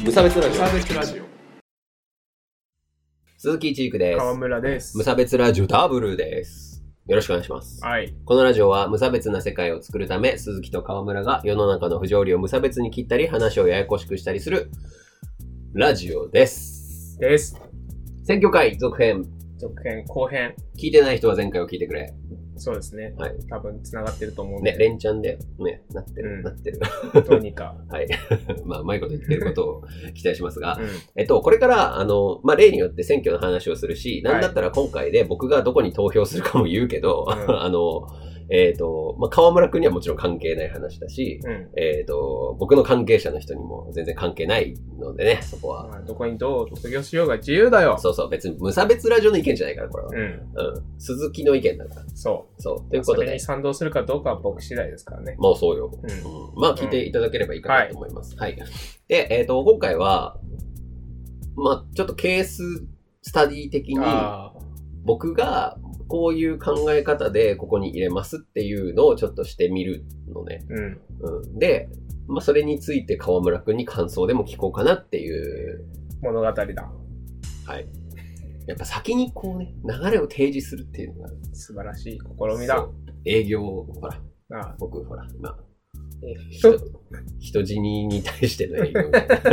無差別ラジオ。 無差別ラジオ。 鈴木一育です。 川村です。 無差別ラジオダブルです。よろしくお願いします。 はい。 このラジオは無差別な世界を作るため、鈴木と川村が世の中の不条理を無差別に切ったり、話をややこしくしたりするラジオです。選挙会続編。 後編。 聞いてない人は前回を聞いてくれ。 そうですね。 はい。 多分繋がってると思うんで。 ね、連チャンで、ね、なってる。 どうにか。 はい。まあ、うまいこと言ってることを期待しますが、 うん、 これから、例によって選挙の話をするし、なんだったら今回で僕がどこに投票するかも言うけど、川村くんにはもちろん関係ない話だし、僕の関係者の人にも全然関係ないのでね、そこは。 まあ、どこにどう卒業しようが自由だよ。 そうそう、別に無差別ラジオの意見じゃないから、これは。鈴木の意見だから。 そう。 ということで。 それに賛同するかどうかは僕次第ですからね。 まあそうよ。まあ聞いていただければいいかなと思います。はい。で、今回は、まあちょっとケーススタディ的に、僕がこういう考え方でここに入れますっていうのをちょっとしてみるのね。で、まあそれについて川村くんに感想でも聞こうかなっていう物語だ。 はい。やっぱ先にこうね、流れを提示するっていうのが素晴らしい試みだ。 営業、ほら、僕ほら、人死に対しての営業。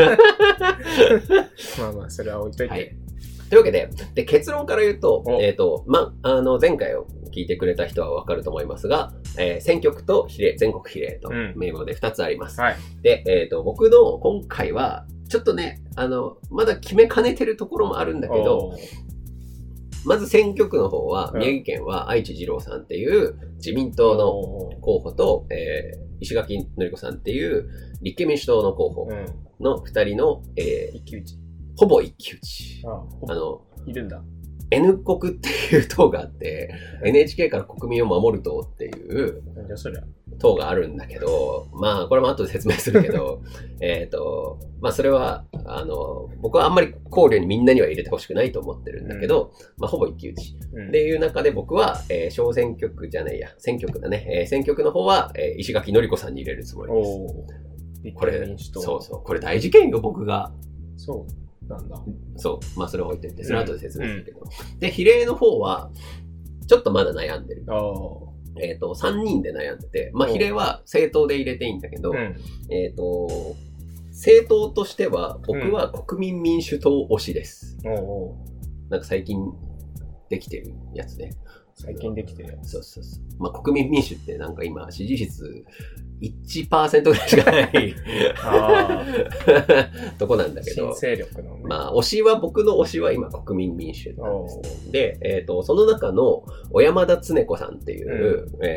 まあまあ、それは置いといて。はい。 というわけで、結論から言うと、前回を聞いてくれた人はわかると思いますが、選挙区と比例、全国比例と名簿で2つあります。はい。で、僕の今回は、ちょっとね、まだ決めかねてるところもあるんだけど、まず選挙区の方は、宮城県は愛知二郎さんっていう自民党の候補と、石垣のり子さんっていう立憲民主党の候補の2人の、 一騎打ち。 ほぼ一騎打ち。 いるんだ。 N 国っていう党があって、NHK から国民を守る党っていう党があるんだけど、まあこれも後で説明するけど、まあそれは、僕はあんまり考慮にみんなには入れてほしくないと思ってるんだけど、まあほぼ一騎打ち。っていう中で僕は、小選挙区じゃないや、選挙区だね。選挙区の方は、石垣のり子さんに入れるつもりです。これ、そうそう。これ大事件よ、僕が。 そう。なんだ。 そう。まあ、それを置いておいて、その後で説明するけど。で、比例の方は、ちょっとまだ悩んでる。3人で悩んでて、まあ、比例は政党で入れていいんだけど、政党としては、僕は国民民主党推しです。なんか最近できてるやつね。 最近できてるやつ。 そう。まあ、国民民主ってなんか今、支持率 1% ぐらいしかないとこなんだけど。 新勢力のね。 まあ、僕の推しは今、国民民主なんですね。で、その中の、小山田恒子さんっていう、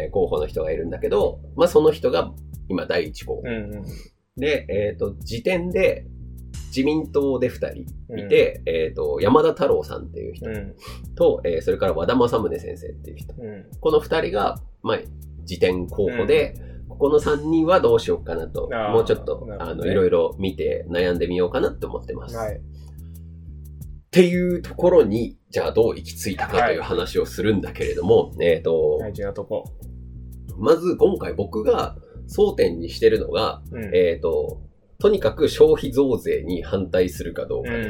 候補の人がいるんだけど、まあ、その人が今、第一候補。で、時点で、自民党で2人いて、山田太郎さんっていう人と、それから和田正宗先生っていう人。この2人が、まあ、次点候補で、ここの3人はどうしようかなと、もうちょっと、いろいろ見て悩んでみようかなって思ってます。っていうところに、じゃあどう行き着いたかという話をするんだけれども、 大事なとこ。 まず今回僕が争点にしてるのが、とにかく消費増税に反対するかどうかです。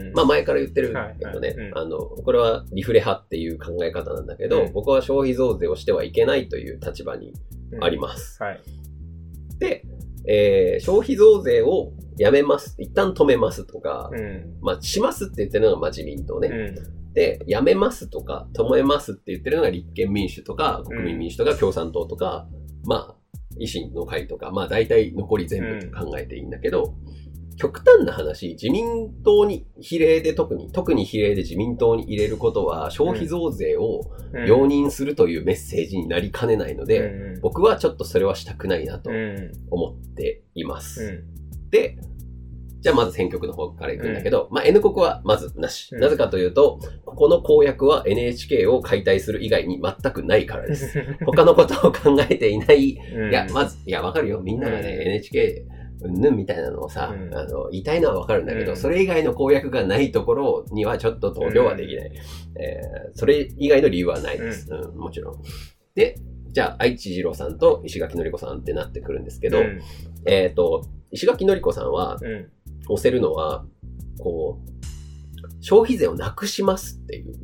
まあ前から言ってるけどね、これはリフレ派っていう考え方なんだけど、僕は消費増税をしてはいけないという立場にあります。で、消費増税をやめます。一旦止めますとか、まあしますって言ってるのがまあ自民党ね。で、やめますとか、止めますって言ってるのが立憲民主とか、国民民主とか共産党とか、まあ、維新の会とか、まあ大体残り全部と考えていいんだけど、極端な話、自民党に比例で特に比例で自民党に入れることは消費増税を容認するというメッセージになりかねないので、僕はちょっとそれはしたくないなと思っています。で、じゃあまず選挙区の方から行くんだけど、まあ N 国はまずなし。なぜかというと、ここの公約は NHK を解体する以外に全くないからです。他のことを考えていない。いや、まず、わかるよ。みんながね、NHK、みたいなのをさ、言いたいのはわかるんだけど、それ以外の公約がないところにはちょっと投票はできない。それ以外の理由はないです。もちろん。で、じゃあ、愛知二郎さんと石垣のり子さんってなってくるんですけど、石垣のり子さんは、 押せるのは、こう、消費税をなくしますっていう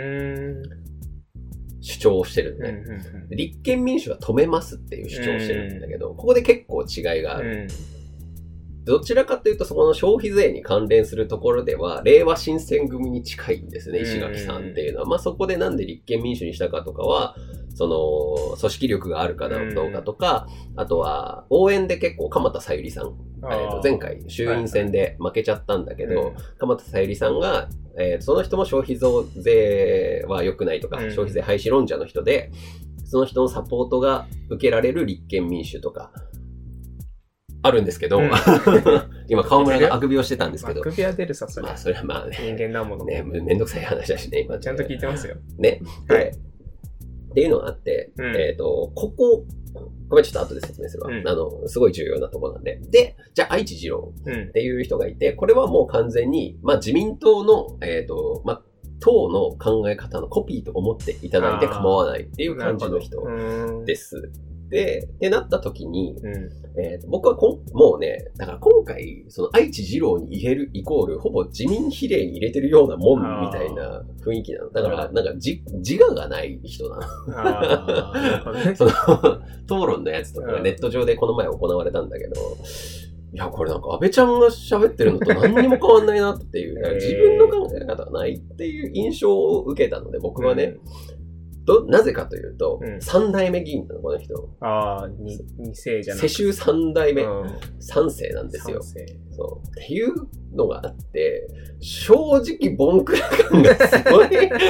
主張をしてるんで、ね、立憲民主は止めますっていう主張をしてるんだけど、ここで結構違いがある。どちらかというと、そこの消費税に関連するところでは、令和新選組に近いんですね、石垣さんっていうのは。まあそこでなんで立憲民主にしたかとかは、その、組織力があるかどうかとか、あとは、応援で結構、鎌田さゆりさん、前回、衆院選で負けちゃったんだけど、鎌田さゆりさんが、その人も消費増税は良くないとか、消費税廃止論者の人で、その人のサポートが受けられる立憲民主とか、あるんですけど、今、河村があくびをしてたんですけど。 あくびは出るさ、それ。 まあ、それはまあね。 人間なもの。 ね、めんどくさい話だしね、今。 ちゃんと聞いてますよ。 ね。はい。っていうのがあって、ここれちょっと後で説明するわ。すごい重要なところなんで。で、じゃあ、愛知二郎っていう人がいて、これはもう完全に、まあ自民党の、まあ、党の考え方のコピーと思っていただいて構わないっていう感じの人です。で、ってなった時に、僕はもうね、だから今回、その愛知二郎に入れるイコール、ほぼ自民比例に入れてるようなもんみたいな雰囲気なの。だから、なんか自我がない人なの。その、討論のやつとかがネット上でこの前行われたんだけど、いや、これなんか安倍ちゃんが喋ってるのと何にも変わんないなっていう、自分の考え方がないっていう印象を受けたので、僕はね、なぜかというと、三代目議員なの、この人。 ああ、二世じゃなくて。 世襲三代目、三世なんですよ。そう。っていうのがあって、正直ボンクラ感がすごい。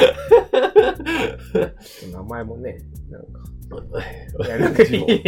名前もね、なんか。 いや、なんかいい。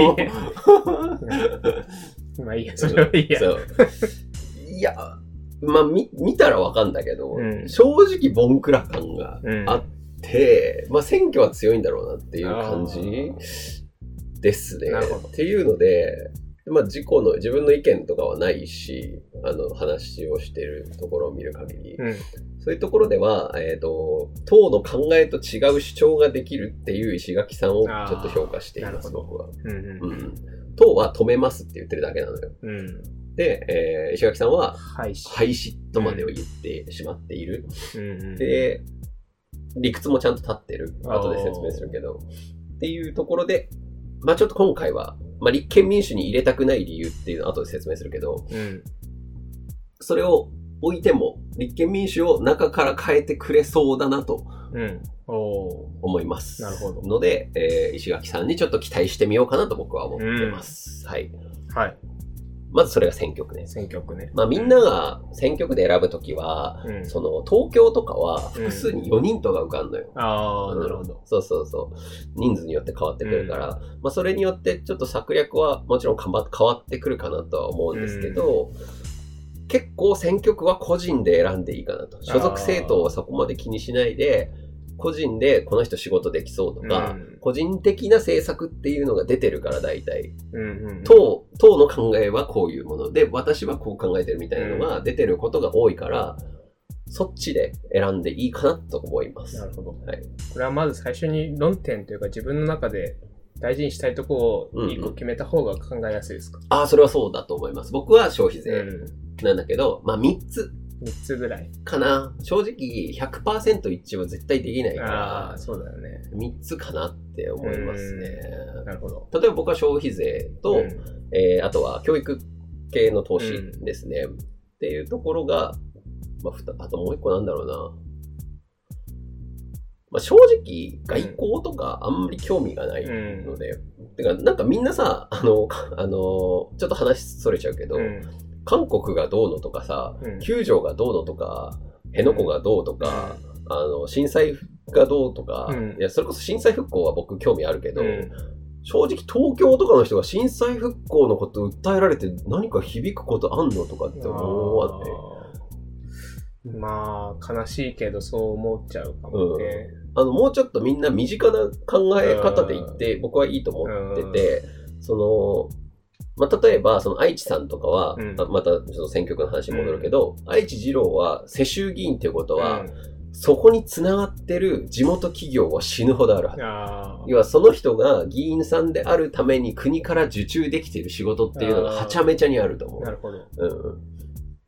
まあいいや、それはいいや。そう。 いや、まあ見たらわかんだけど、正直ボンクラ感があって、まあ選挙は強いんだろうなっていう感じですね。っていうので、まあ自分の意見とかはないし、話をしているところを見る限り、そういうところでは、党の考えと違う主張ができるっていう石垣さんをちょっと評価しています、僕は。党は止めますって言ってるだけなのよ。で、石垣さんは廃止とまでを言ってしまっている。で、理屈もちゃんと立ってる。後で説明するけど。っていうところで、まあちょっと今回は、まあ立憲民主に入れたくない理由っていうのを後で説明するけど、それを置いても、立憲民主を中から変えてくれそうだなと、思います。 なるほど。 ので、石垣さんにちょっと期待してみようかなと僕は思ってます。はい。 はい。 まずそれが選挙区ね。 選挙区ね。 まあみんなが選挙区で選ぶときは、その東京とかは複数に4人とか受かんのよ。 ああ、なるほど。 そうそうそう。人数によって変わってくるから、まあそれによってちょっと策略はもちろん変わってくるかなとは思うんですけど、結構選挙区は個人で選んでいいかなと。所属政党はそこまで気にしないで、個人でこの人仕事できそうとか、個人的な政策っていうのが出てるから大体、党の考えはこういうもので、私はこう考えてるみたいなのが出てることが多いから、そっちで選んでいいかなと思います。 なるほど。はい。これはまず最初に論点というか自分の中で大事にしたいところを一個決めた方が考えやすいですか？ それはそうだと思います。僕は消費税なんだけど、まあ3つぐらいかな。正直 100% 一致は絶対できないから、 そうだよね。 3つかなって思いますね。 なるほど。 例えば僕は消費税と、あとは教育系の投資ですね。っていうところが、まあ、あともう一個なんだろうな。まあ、正直、外交とかあんまり興味がないので、てか、なんかみんなさ、ちょっと話それちゃうけど、韓国がどうのとかさ、9条がどうのとか、辺野古がどうとか、震災がどうとか、いや、それこそ震災復興は僕興味あるけど、正直東京とかの人が震災復興のこと訴えられて何か響くことあんのとかって思わない？ まあ、悲しいけどそう思っちゃうかもね。 もうちょっとみんな身近な考え方で言って僕はいいと思ってて、まあ、例えば、その愛知さんとかは、またちょっと選挙区の話に戻るけど、愛知二郎は世襲議員っていうことは、そこに繋がってる地元企業は死ぬほどあるはず。要はその人が議員さんであるために国から受注できている仕事っていうのがはちゃめちゃにあると思う。 なるほど。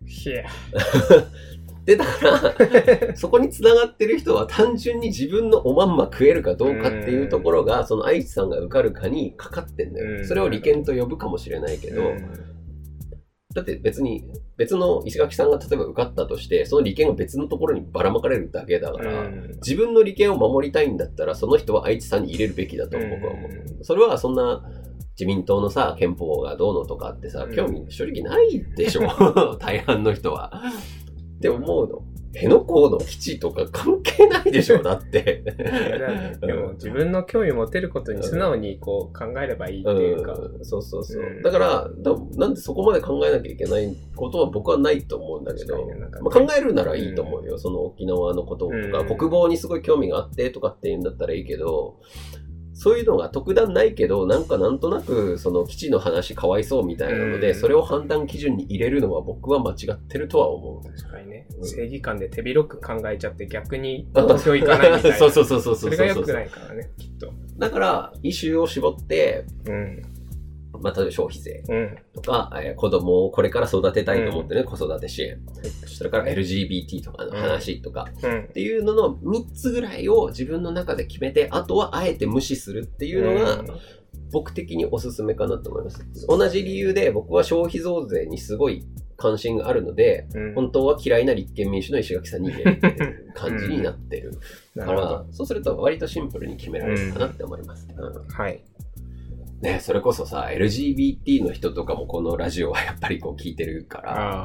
で、だからそこに繋がってる人は単純に自分のおまんま食えるかどうかっていうところが、その愛知さんが受かるかにかかってんだよ。それを利権と呼ぶかもしれないけど、だって別の石垣さんが例えば受かったとして、その利権が別のところにばらまかれるだけだから、自分の利権を守りたいんだったら、その人は愛知さんに入れるべきだと僕は思う。それはそんな自民党のさ、憲法がどうのとかってさ、興味正直ないでしょ。大半の人は。って思うの。辺野古の基地とか関係ないでしょ、だって。 でも自分の興味持てることに素直にこう考えればいいっていうか。 そう。だから、なんでそこまで考えなきゃいけないことは僕はないと思うんだけど、考えるならいいと思うよ。その沖縄のこととか、国防にすごい興味があってとかっていうんだったらいいけど、そういうのが特段ないけど、なんとなく、その基地の話かわいそうみたいなので、それを判断基準に入れるのは僕は間違ってるとは思う。 確かにね。正義感で手広く考えちゃって逆に投票いかないみたいな。 そう。 それが良くないからね、きっと。 だから、イシューを絞って、まあ、例えば消費税とか、子供をこれから育てたいと思ってね、子育て支援。それから LGBT とかの話とか、っていうのの3つぐらいを自分の中で決めて、あとはあえて無視するっていうのが、僕的におすすめかなと思います。同じ理由で僕は消費増税にすごい関心があるので、本当は嫌いな立憲民主の石垣さんに入れるっていう感じになってる。から、そうすると割とシンプルに決められるかなって思います。 はい。 ね、それこそさ、LGBT の人とかもこのラジオはやっぱりこう聞いてるから、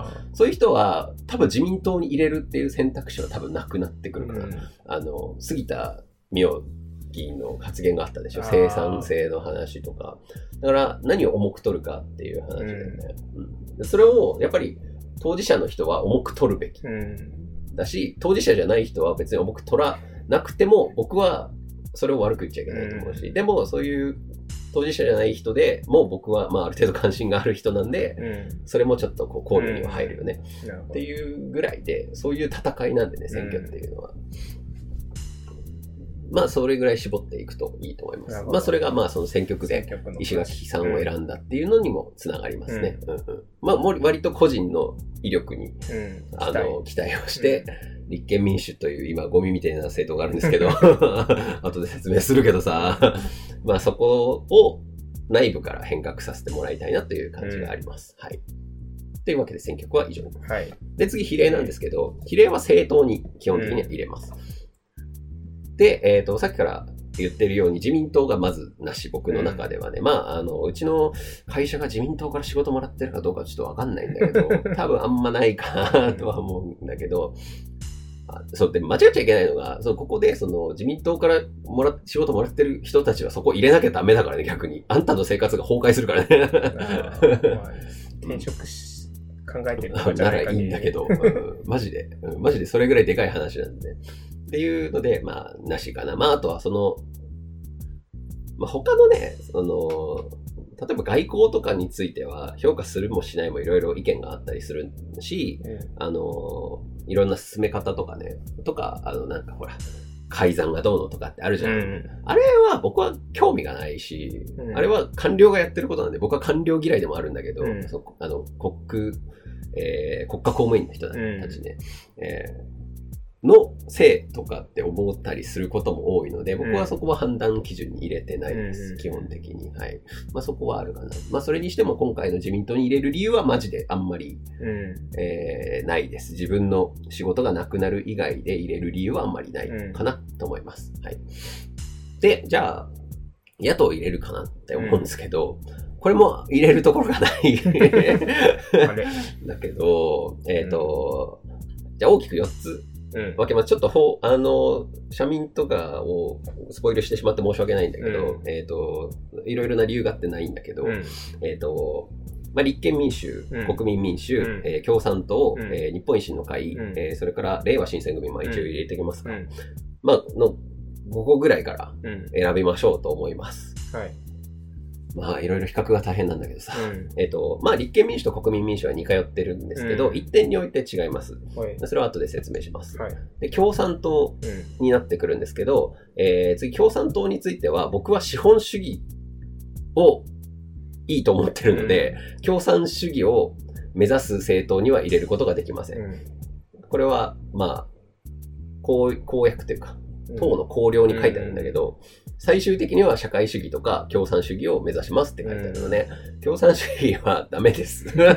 そういう人は多分自民党に入れるっていう選択肢は多分なくなってくるから、杉田水脈議員の発言があったでしょ、生産性の話とか。だから何を重く取るかっていう話だよね。それをやっぱり当事者の人は重く取るべき。だし、当事者じゃない人は別に重く取らなくても、僕はそれを悪く言っちゃいけないと思うし、でもそういう当事者じゃない人でもう僕はまあある程度関心がある人なんで、それもちょっとこう考慮には入るよね、っていうぐらいで、そういう戦いなんでね、選挙っていうのは。まあそれぐらい絞っていくといいと思います。まあそれがまあその選挙区で石垣さんを選んだっていうのにもつながりますね。まあ割と個人の威力に、期待をして、立憲民主という今ゴミみたいな政党があるんですけど後で説明するけどさまあそこを内部から変革させてもらいたいなという感じがあります。はい。というわけで選挙区は以上に。はい。で次比例なんですけど、比例は政党に基本的には入れます。で、さっきから言ってるように自民党がまずなし、僕の中ではね。まあ、うちの会社が自民党から仕事もらってるかどうかちょっとわかんないんだけど、多分あんまないかなとは思うんだけど、そうで間違っちゃいけないのが、ここで自民党から仕事もらってる人たちはそこ入れなきゃダメだからね、逆に。あんたの生活が崩壊するからね。 転職考えてるのじゃないかならいいんだけど、マジでそれぐらいでかい話なんで。っていうので、まあ、なしかな。まあ、あとはまあ、他のね、例えば外交とかについては評価するもしないもいろいろ意見があったりするし、いろんな進め方とかね、なんかほら、改ざんがどうのとかってあるじゃん。あれは僕は興味がないし、あれは官僚がやってることなんで、僕は官僚嫌いでもあるんだけど、国家公務員の人たちね、のせいとかって思ったりすることも多いので、僕はそこは判断基準に入れてないです。基本的に。はい。まあそこはあるかな。まあそれにしても今回の自民党に入れる理由はマジであんまり、ないです。自分の仕事がなくなる以外で入れる理由はあんまりないかなと思います。はい。で、じゃあ、野党入れるかなって思うんですけど、これも入れるところがない。だけど、じゃあ大きく4つ。分けます。ちょっと社民とかをスポイルしてしまって申し訳ないんだけど、いろいろな理由があってないんだけど、まあ、立憲民主、国民民主、共産党、日本維新の会、それから令和新選組も一応入れておきますが、まあ、の5個ぐらいから選びましょうと思います。はい。まあ、いろいろ比較が大変なんだけどさ。まあ、立憲民主と国民民主は似通ってるんですけど、一点において違います。それは後で説明します。で、共産党になってくるんですけど、次、共産党については、僕は資本主義をいいと思ってるので、共産主義を目指す政党には入れることができません。これは、まあ、公約というか、党の綱領に書いてあるんだけど、最終的には社会主義とか共産主義を目指しますって書いてあるのね。共産主義はダメです。ダ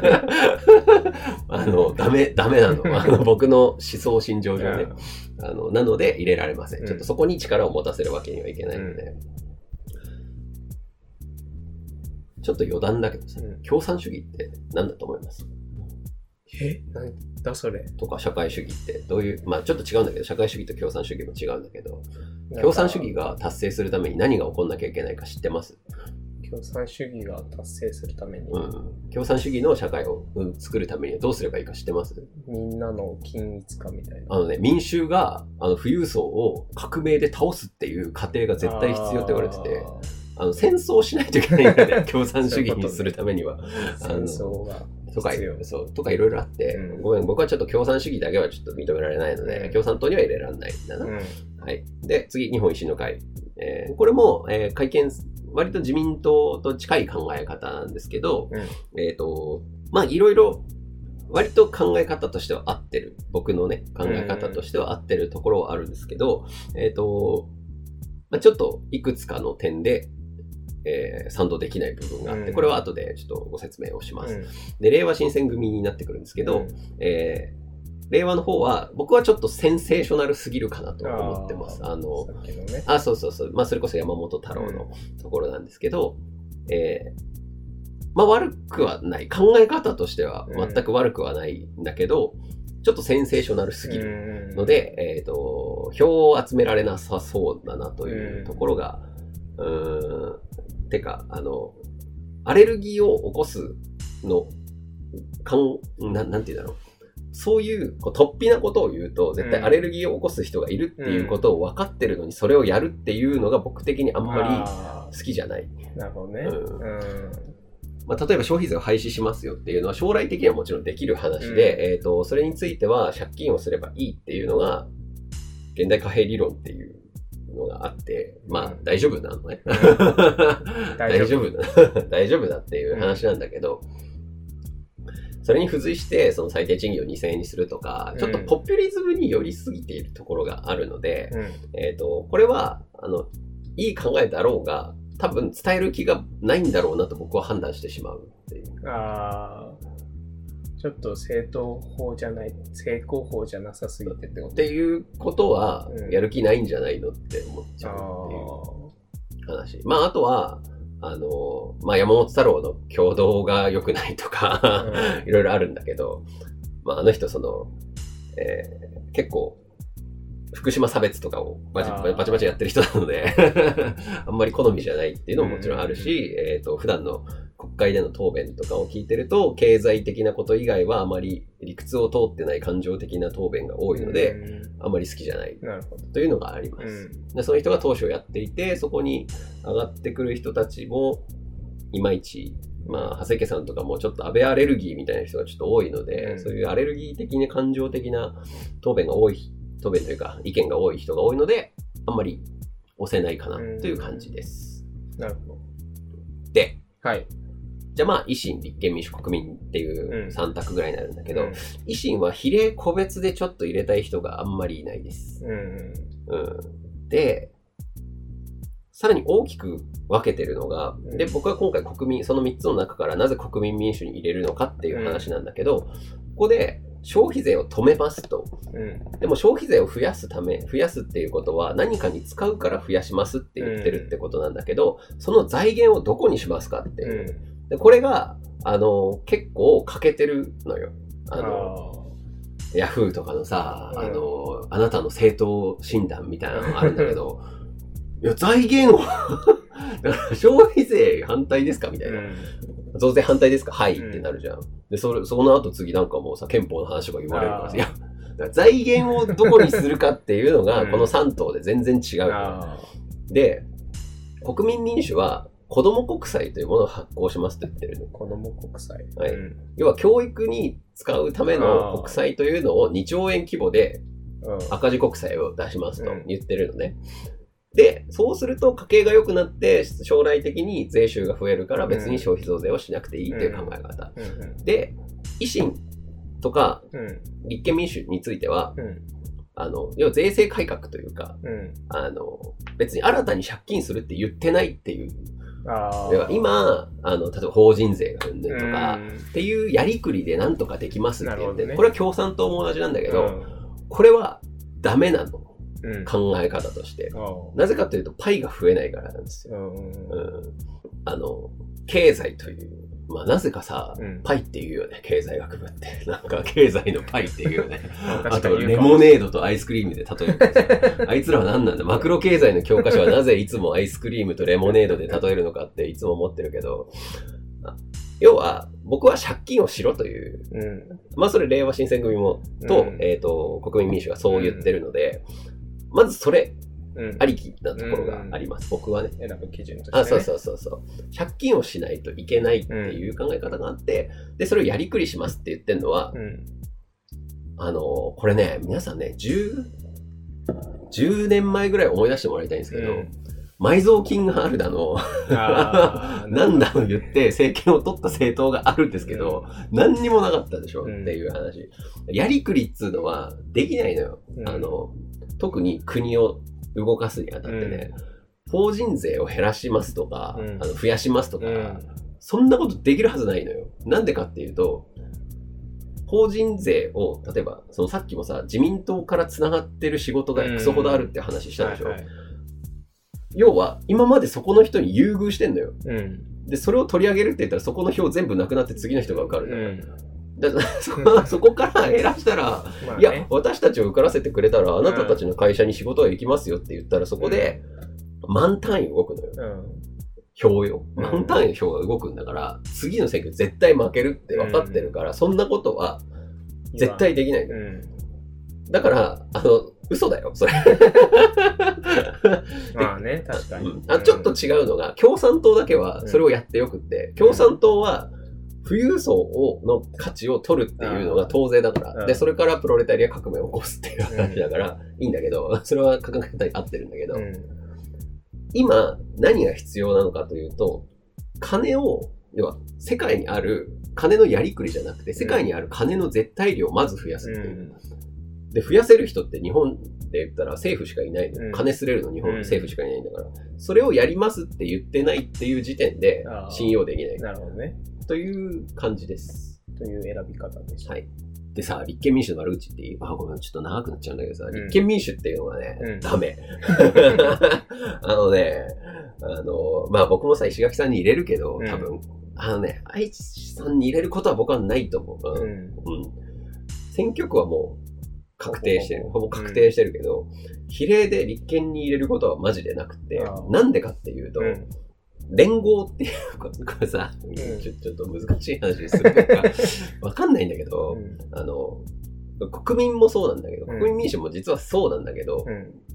メなの。僕の思想心情上ね。なので入れられません。ちょっとそこに力を持たせるわけにはいけないので。ちょっと余談だけどさ、共産主義って何だと思います？ なんだそれとか社会主義ってどういう、まあちょっと違うんだけど、社会主義と共産主義も違うんだけど、共産主義が達成するために何が起こんなきゃいけないか知ってます？ 共産主義が達成するために、 共産主義の社会を作るためにはどうすればいいか知ってます？ みんなの均一化みたいな。 民衆が富裕層を革命で倒すっていう過程が絶対必要って言われてて、戦争しないといけないんだね。共産主義にするためには。 戦争がとかいろいろあって、ごめん、僕はちょっと共産主義だけはちょっと認められないので、共産党には入れられないんだな。はい。で、次、日本維新の会。これも、割と自民党と近い考え方なんですけど、まあ、いろいろ、割と考え方としては合ってる。僕のね、考え方としては合ってるところはあるんですけど、まあ、ちょっといくつかの点で、賛同できない部分があって、これは後でちょっとご説明をします。で、令和新選組になってくるんですけど、令和の方は、僕はちょっとセンセーショナルすぎるかなと思ってます。さっきのね。そうそうそう。まあ、それこそ山本太郎のところなんですけど、まあ、悪くはない。考え方としては全く悪くはないんだけど、ちょっとセンセーショナルすぎるので、票を集められなさそうだなというところが、てか、アレルギーを起こすの、なんて言うんだろう。そういう、突飛なことを言うと、絶対アレルギーを起こす人がいるっていうことを分かってるのに、それをやるっていうのが僕的にあんまり好きじゃない。 なるほどね。 まあ、例えば消費税を廃止しますよっていうのは将来的にはもちろんできる話で、それについては借金をすればいいっていうのが、現代貨幣理論っていうのがあって、まあ大丈夫なのね。大丈夫だっていう話なんだけど、それに付随して、その最低賃金を2000円にするとか、ちょっとポピュリズムに寄りすぎているところがあるので、これは、いい考えだろうが、多分伝える気がないんだろうなと僕は判断してしまうっていう。 ちょっと成功法じゃなさすぎてってことっていうことは、やる気ないんじゃないのって思っちゃうっていう話。まあ、あとは、まあ、山本太郎の共同が良くないとか、いろいろあるんだけど、まあ、あの人結構、福島差別とかをバチバチやってる人なので、あんまり好みじゃないっていうのももちろんあるし、普段の国会での答弁とかを聞いてると、経済的なこと以外はあまり理屈を通ってない感情的な答弁が多いので、あんまり好きじゃないというのがあります。でその人が党首をやっていて、そこに上がってくる人たちも、いまいち、まあ、長谷家さんとかもちょっと安倍アレルギーみたいな人がちょっと多いので、そういうアレルギー的な感情的な答弁というか意見が多い人が多いので、あんまり押せないかなという感じです。 なるほど。 で、 はい。 じゃあまあ、維新、立憲民主、国民っていう3択ぐらいになるんだけど、維新は比例個別でちょっと入れたい人があんまりいないです。で、さらに大きく分けてるのが、で、僕は今回その3つの中からなぜ国民民主に入れるのかっていう話なんだけど、ここで消費税を止めますと。でも消費税を増やすっていうことは何かに使うから増やしますって言ってるってことなんだけど、その財源をどこにしますかっていう。でこれが、結構欠けてるのよ。ヤフーとかのさ、あなたの政党診断みたいなのがあるんだけど、いや、財源をだから消費税反対ですかみたいな。増税反対ですかはいってなるじゃん。で、その後次なんかもうさ、憲法の話とか言われるからさ、いや、財源をどこにするかっていうのが、この3党で全然違う。で、国民民主は、子ども国債というものを発行しますと言ってるの。 子ども国債。 はい。要は教育に使うための国債というのを2兆円規模で赤字国債を出しますと言ってるのね。で、そうすると家計が良くなって将来的に税収が増えるから別に消費増税をしなくていいという考え方。で、 維新とか、立憲民主については、要は税制改革というか、別に新たに借金するって言ってないっていう。今、例えば法人税がうんぬんとか、っていうやりくりでなんとかできますって言って、これは共産党も同じなんだけど、これはダメなの。考え方として。なぜかというと、パイが増えないからなんですよ。経済という、まあなぜかさ、パイって言うよね、経済学部って。なんか経済のパイって言うよね。あと、レモネードとアイスクリームで例えるからさ、あいつらは何なんだ、マクロ経済の教科書はなぜいつもアイスクリームとレモネードで例えるのかっていつも思ってるけど、要は、僕は借金をしろという、まあそれ令和新選組も、国民民主がそう言ってるので、まずそれ、ありきなところがあります。僕はね。 選ぶ基準として、ね。 そう。借金をしないといけないっていう考え方があって、で、それをやりくりしますって言ってるのは、これね、皆さんね、10年前ぐらい思い出してもらいたいんですけど、埋蔵金があるだの、なんだの言って政権を取った政党があるんですけど、何にもなかったでしょっていう話。やりくりっつうのはできないのよ。特に国を動かすにあたってね、法人税を減らしますとか、増やしますとか、そんなことできるはずないのよ。なんでかっていうと、法人税を、例えば、さっきもさ、自民党から繋がってる仕事がクソほどあるって話したでしょ。要は、今までそこの人に優遇してんのよ。で、それを取り上げるって言ったら、そこの票全部なくなって次の人が受かるだからそこから減らしたら、いや、私たちを受からせてくれたら、あなたたちの会社に仕事へ行きますよって言ったら、そこで、万単位動くのよ。票よ。万単位の票が動くんだから、次の選挙絶対負けるって分かってるから、そんなことは絶対できないのよ。だから、嘘だよ、それ。 まあね、確かに。 ちょっと違うのが、共産党だけはそれをやってよくって、共産党は、富裕層の価値を取るっていうのが当然だから。で、それからプロレタリア革命を起こすっていう話だから、いいんだけど、それは考え方に合ってるんだけど、今、何が必要なのかというと、金を、要は、世界にある金のやりくりじゃなくて、世界にある金の絶対量をまず増やすっていう。で、増やせる人って日本で言ったら政府しかいないの。金すれるの日本政府しかいないんだから。それをやりますって言ってないっていう時点で信用できない。 なるほどね。 という感じです。 という選び方でした。 はい。でさ、立憲民主の悪口っていい？ごめん、ちょっと長くなっちゃうんだけどさ、立憲民主っていうのはね、ダメ。まあ僕もさ、石垣さんに入れるけど、多分、愛知さんに入れることは僕はないと思う。選挙区はもう確定してる。ほぼ確定してるけど、比例で立憲に入れることはマジでなくて、なんでかっていうと、連合っていうこれさ、ちょっと難しい話するかわかんないんだけど、国民もそうなんだけど、国民民主も実はそうなんだけど、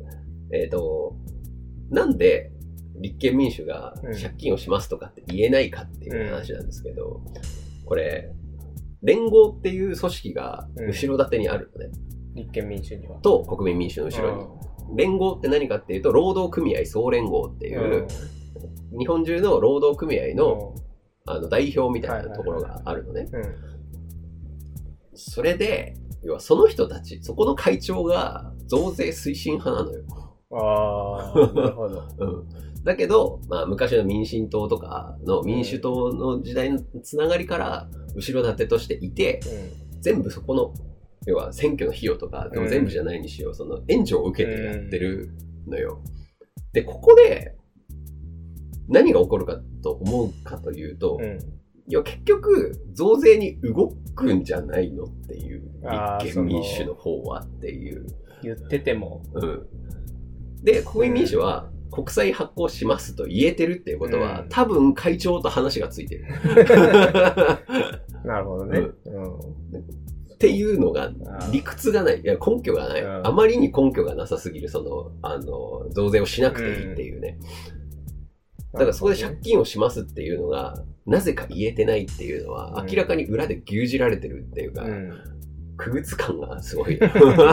なんで立憲民主が借金をしますとかって言えないかっていう話なんですけど、これ、連合っていう組織が後ろ盾にあるのね。 立憲民主には。と国民民主の後ろに。連合って何かっていうと、労働組合総連合っていう、日本中の労働組合の代表みたいなところがあるのね。それで、要はその人たち、そこの会長が増税推進派なのよ。 なるほど。 だけど、まあ昔の民進党とかの民主党の時代のつながりから後ろ盾としていて、全部そこの、要は選挙の費用とか、でも全部じゃないにしよう、その援助を受けてやってるのよ。で、ここで何が起こるかと思うかというと、いや結局増税に動くんじゃないのっていう、立憲民主の方はっていう。 言ってても。 で、国民民主は国債発行しますと言えてるっていうことは、多分会長と話がついてる。 なるほどね。 っていうのが理屈がない。いや根拠がない。あまりに根拠がなさすぎる、増税をしなくていいっていうね。だからそこで借金をしますっていうのが、なぜか言えてないっていうのは、明らかに裏で牛耳られてるっていうか、区別感がすごい。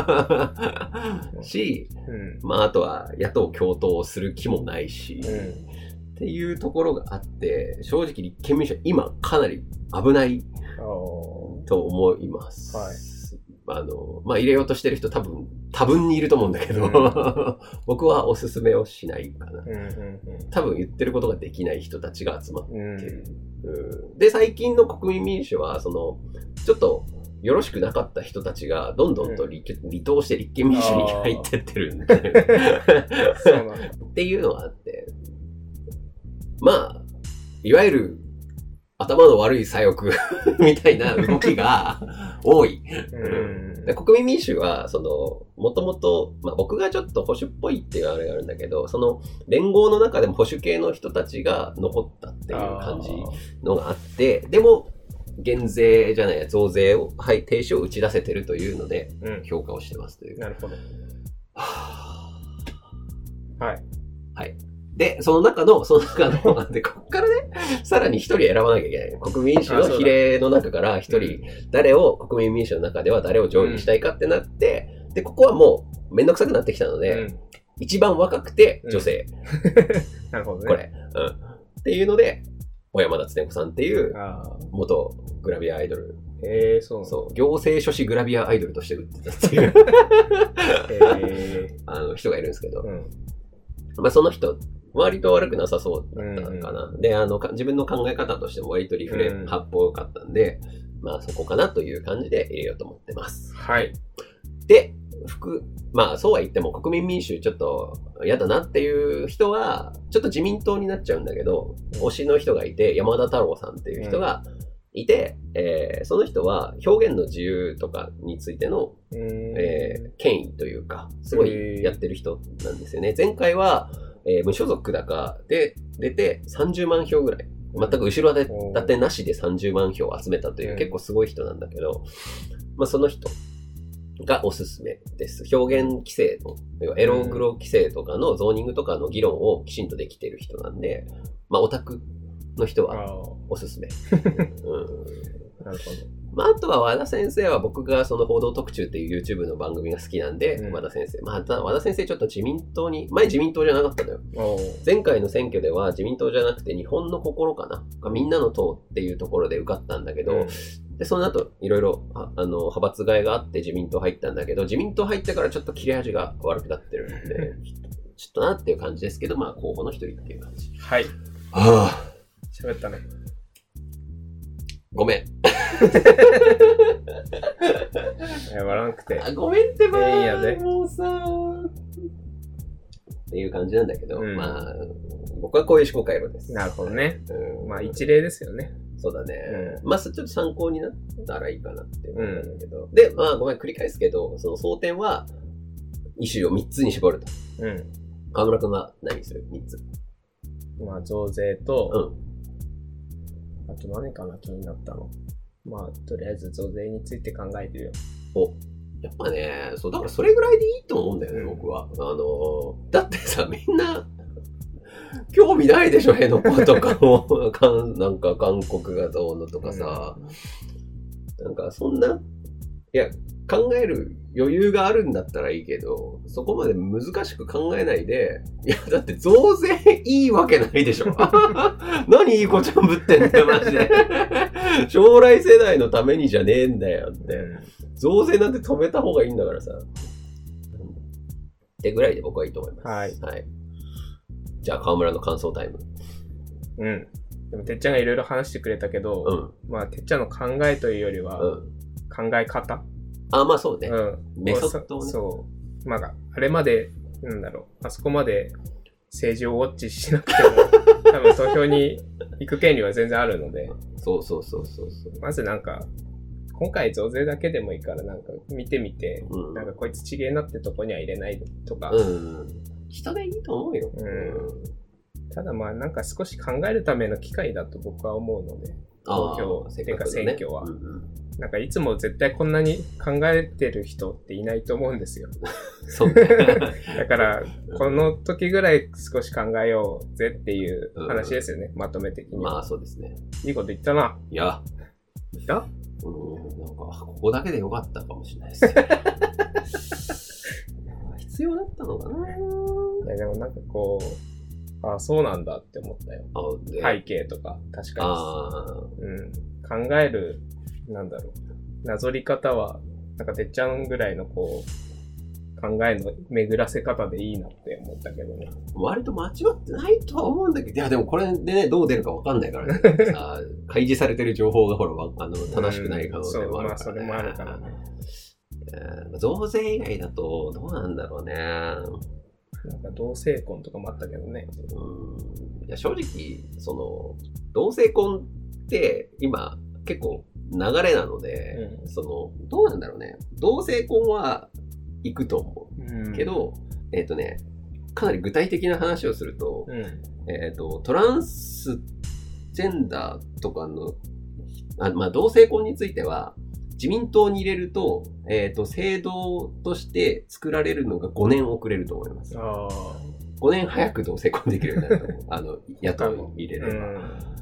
し、まああとは野党共闘をする気もないし、っていうところがあって、正直立憲民主は今かなり危ないと思います。 はい。 まあ、入れようとしてる人多分にいると思うんだけど、僕はおすすめをしないかな。多分言ってることができない人たちが集まってる。で、最近の国民民主は、ちょっとよろしくなかった人たちがどんどんと離党して立憲民主に入ってってるんで、っていうのがあって、まあ、いわゆる頭の悪い左翼みたいな動きが多い。国民民主は、もともと、まあ僕がちょっと保守っぽいっていうあれがあるんだけど、連合の中でも保守系の人たちが残ったっていう感じのがあって、でも、減税じゃないや、増税を、停止を打ち出せてるというので、評価をしてますという。 なるほど。 はい。 はい。 で、その中の、で、こっからね、さらに一人選ばなきゃいけない。国民民主の比例の中から一人、誰を、国民民主の中では誰を上位にしたいかってなって、で、ここはもう、めんどくさくなってきたので、一番若くて女性。 なるほどね。 これ。っていうので、小山田つね子さんっていう、元グラビアアイドル。 そう行政書士グラビアアイドルとして売ってたっていう人がいるんですけど、まあその人、割と悪くなさそうだったのかな。で、自分の考え方としても割とリフレ八方良かったんで、まあそこかなという感じで入れようと思ってます。 はい。 で、まあそうは言っても国民民主ちょっと嫌だなっていう人は、ちょっと自民党になっちゃうんだけど、推しの人がいて、山田太郎さんっていう人がいて、その人は表現の自由とかについての、権威というか、すごいやってる人なんですよね。前回は、無所属だかで出て30万票ぐらい。全く後ろ盾なしで30万票を集めたという結構すごい人なんだけど、まあその人がおすすめです。表現規制の、エログロ規制とかのゾーニングとかの議論をきちんとできてる人なんで、まあオタクの人はおすすめ。 なるほど。 まあ、あとは和田先生は僕がその報道特集っていう YouTube の番組が好きなんで、和田先生。まあ、和田先生ちょっと自民党に、前自民党じゃなかったのよ。前回の選挙では自民党じゃなくて日本の心かな。みんなの党っていうところで受かったんだけど、で、その後いろいろ派閥替えがあって自民党入ったんだけど、自民党入ってからちょっと切れ味が悪くなってるんで、ちょっとなっていう感じですけど、まあ候補の一人っていう感じ。 はい。喋ったね。 ごめん。 謝らなくて。 ごめんってばー。 いいやで。 もうさー。っていう感じなんだけど、まあ、僕はこういう思考回路です。 なるほどね。まあ一例ですよね。 そうだね。まあちょっと参考になったらいいかなって思うんだけど。で、まあごめん、繰り返すけど、その争点は、イシューを3つに絞ると。河村くんは何する ?3 つ。 まあ増税と、あと何かな気になったの。まあ、とりあえず増税について考えてるよ。 やっぱね、そう、だからそれぐらいでいいと思うんだよね、僕は。だってさ、みんな、興味ないでしょ、辺野古とかも。なんか韓国がどうのとかさ。なんかそんな、いや、考える余裕があるんだったらいいけど、そこまで難しく考えないで、いや、だって増税いいわけないでしょ。何いい子ちゃんぶってんだよ、マジで。将来世代のためにじゃねえんだよって。増税なんて止めた方がいいんだからさ。ってぐらいで僕はいいと思います。はい。じゃあ、河村の感想タイム。 でも、てっちゃんがいろいろ話してくれたけど、まあ、てっちゃんの考えというよりは、考え方まあそうね。メソッドをね。 そう。まあ、あれまで、あそこまで政治をウォッチしなくても、多分投票に行く権利は全然あるので。 そう。 まずなんか、今回増税だけでもいいからなんか見てみて、なんかこいつちげえなってとこには入れないとか。 人でいいと思うよ。 ただまあなんか少し考えるための機会だと僕は思うので、投票っていうか選挙は。なんかいつも絶対こんなに考えてる人っていないと思うんですよ。 そう。 だから、この時ぐらい少し考えようぜっていう話ですよね、まとめ的に。 まあそうですね。 いいこと言ったな。 いや。 言った？ なんか、ここだけでよかったかもしれないですよ。必要だったのかな。 いやでもなんかこう、そうなんだって思ったよ。背景とか、確かに。考える、なんだろう。 なぞり方は、なんかてっちゃんぐらいのこう、考えの巡らせ方でいいなって思ったけどね。 割と間違ってないとは思うんだけど、いやでもこれでね、どう出るかわかんないからね。さ開示されてる情報がほら、正しくない可能性もあるから、ね。 そう、まあそれもあるからね。 増税以外だと、どうなんだろうね。 なんか同性婚とかもあったけどね。 いや正直、同性婚って今結構流れなので、どうなんだろうね。同性婚は行くと思う。けど、かなり具体的な話をすると、トランスジェンダーとかの、同性婚については、自民党に入れると、制度として作られるのが5年遅れると思います。5年早く同性婚できるようになると思う。野党に入れれば。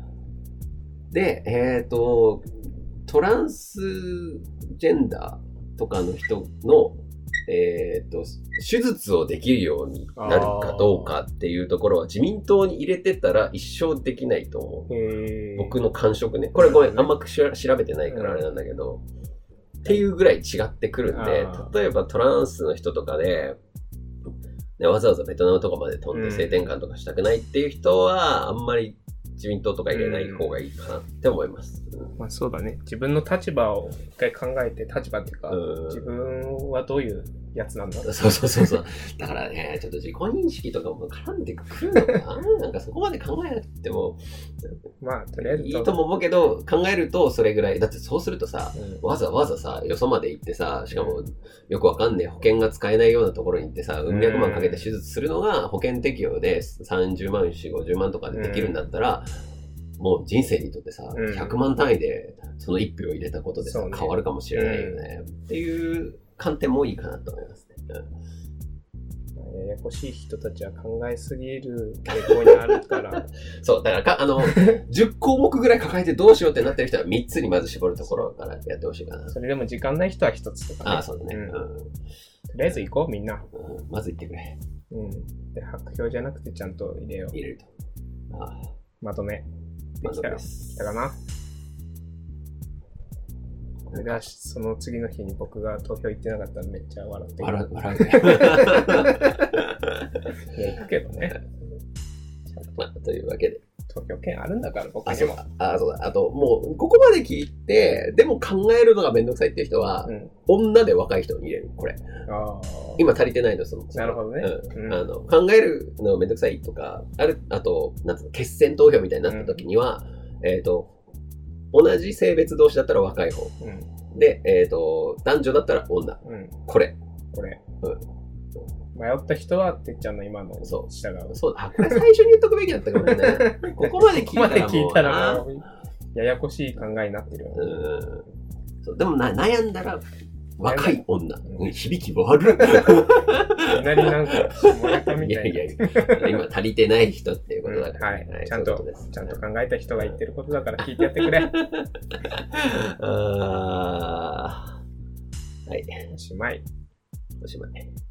で、トランスジェンダーとかの人の、手術をできるようになるかどうかっていうところは自民党に入れてたら一生できないと思う。僕の感触ね。これごめん、あんま調べてないからあれなんだけど、っていうぐらい違ってくるんで、例えばトランスの人とかで、わざわざベトナムとかまで飛んで性転換とかしたくないっていう人は、あんまり自民党とか入れない方がいいかなって思います。 まあそうだね。自分の立場を一回考えて、立場っていうか、自分はどういうやつなんだ。 そう。だからね、ちょっと自己認識とかも絡んでくるのかな。なんかそこまで考えなくても、 まあとりあえずいいとも思うけど、考えるとそれぐらい。だってそうするとさ、わざわざさ、よそまで行ってさ、しかもよくわかんねえ保険が使えないようなところに行ってさ、うん百万かけて手術するのが保険適用で30万、50万とかでできるんだったら、もう人生にとってさ、100万単位でその1票入れたことでさ、変わるかもしれないよね。っていう観点もいいかなと思いますね。 ややこしい人たちは考えすぎる傾向にあるから。 そう、だから10項目ぐらい抱えてどうしようってなってる人は3つにまず絞るところからやってほしいかな。 それでも時間ない人は1つとかね。 そうだね。とりあえず行こう、みんな。 まず行ってくれ。 で、白票じゃなくてちゃんと入れよう。 入れると。 まとめ。できたかな。それではその次の日に僕が投票行ってなかったらめっちゃ笑ってる。 笑う。 いや、行くけどね。 というわけで。 投票権あるんだから僕にも。 そうだ。あと、もう、ここまで聞いて、でも考えるのがめんどくさいっていう人は、女で若い人に入れる、これ。今足りてないの、 なるほどね。 考えるのめんどくさいとか、あと、決選投票みたいになった時には、同じ性別同士だったら若い方。で、男女だったら女。これ。迷った人はてっちゃんの今の従う。 そうだ。これ最初に言っとくべきだったかもね。ここまで聞いたらもうややこしい考えになってるよ。 でも悩んだら若い女。響き悪い。いきなりなんか下ネタみたいな。 いや今足りてない人っていうことだから。 ちゃんと考えた人が言ってることだから聞いてやってくれ。 はい。 おしまい。 おしまい。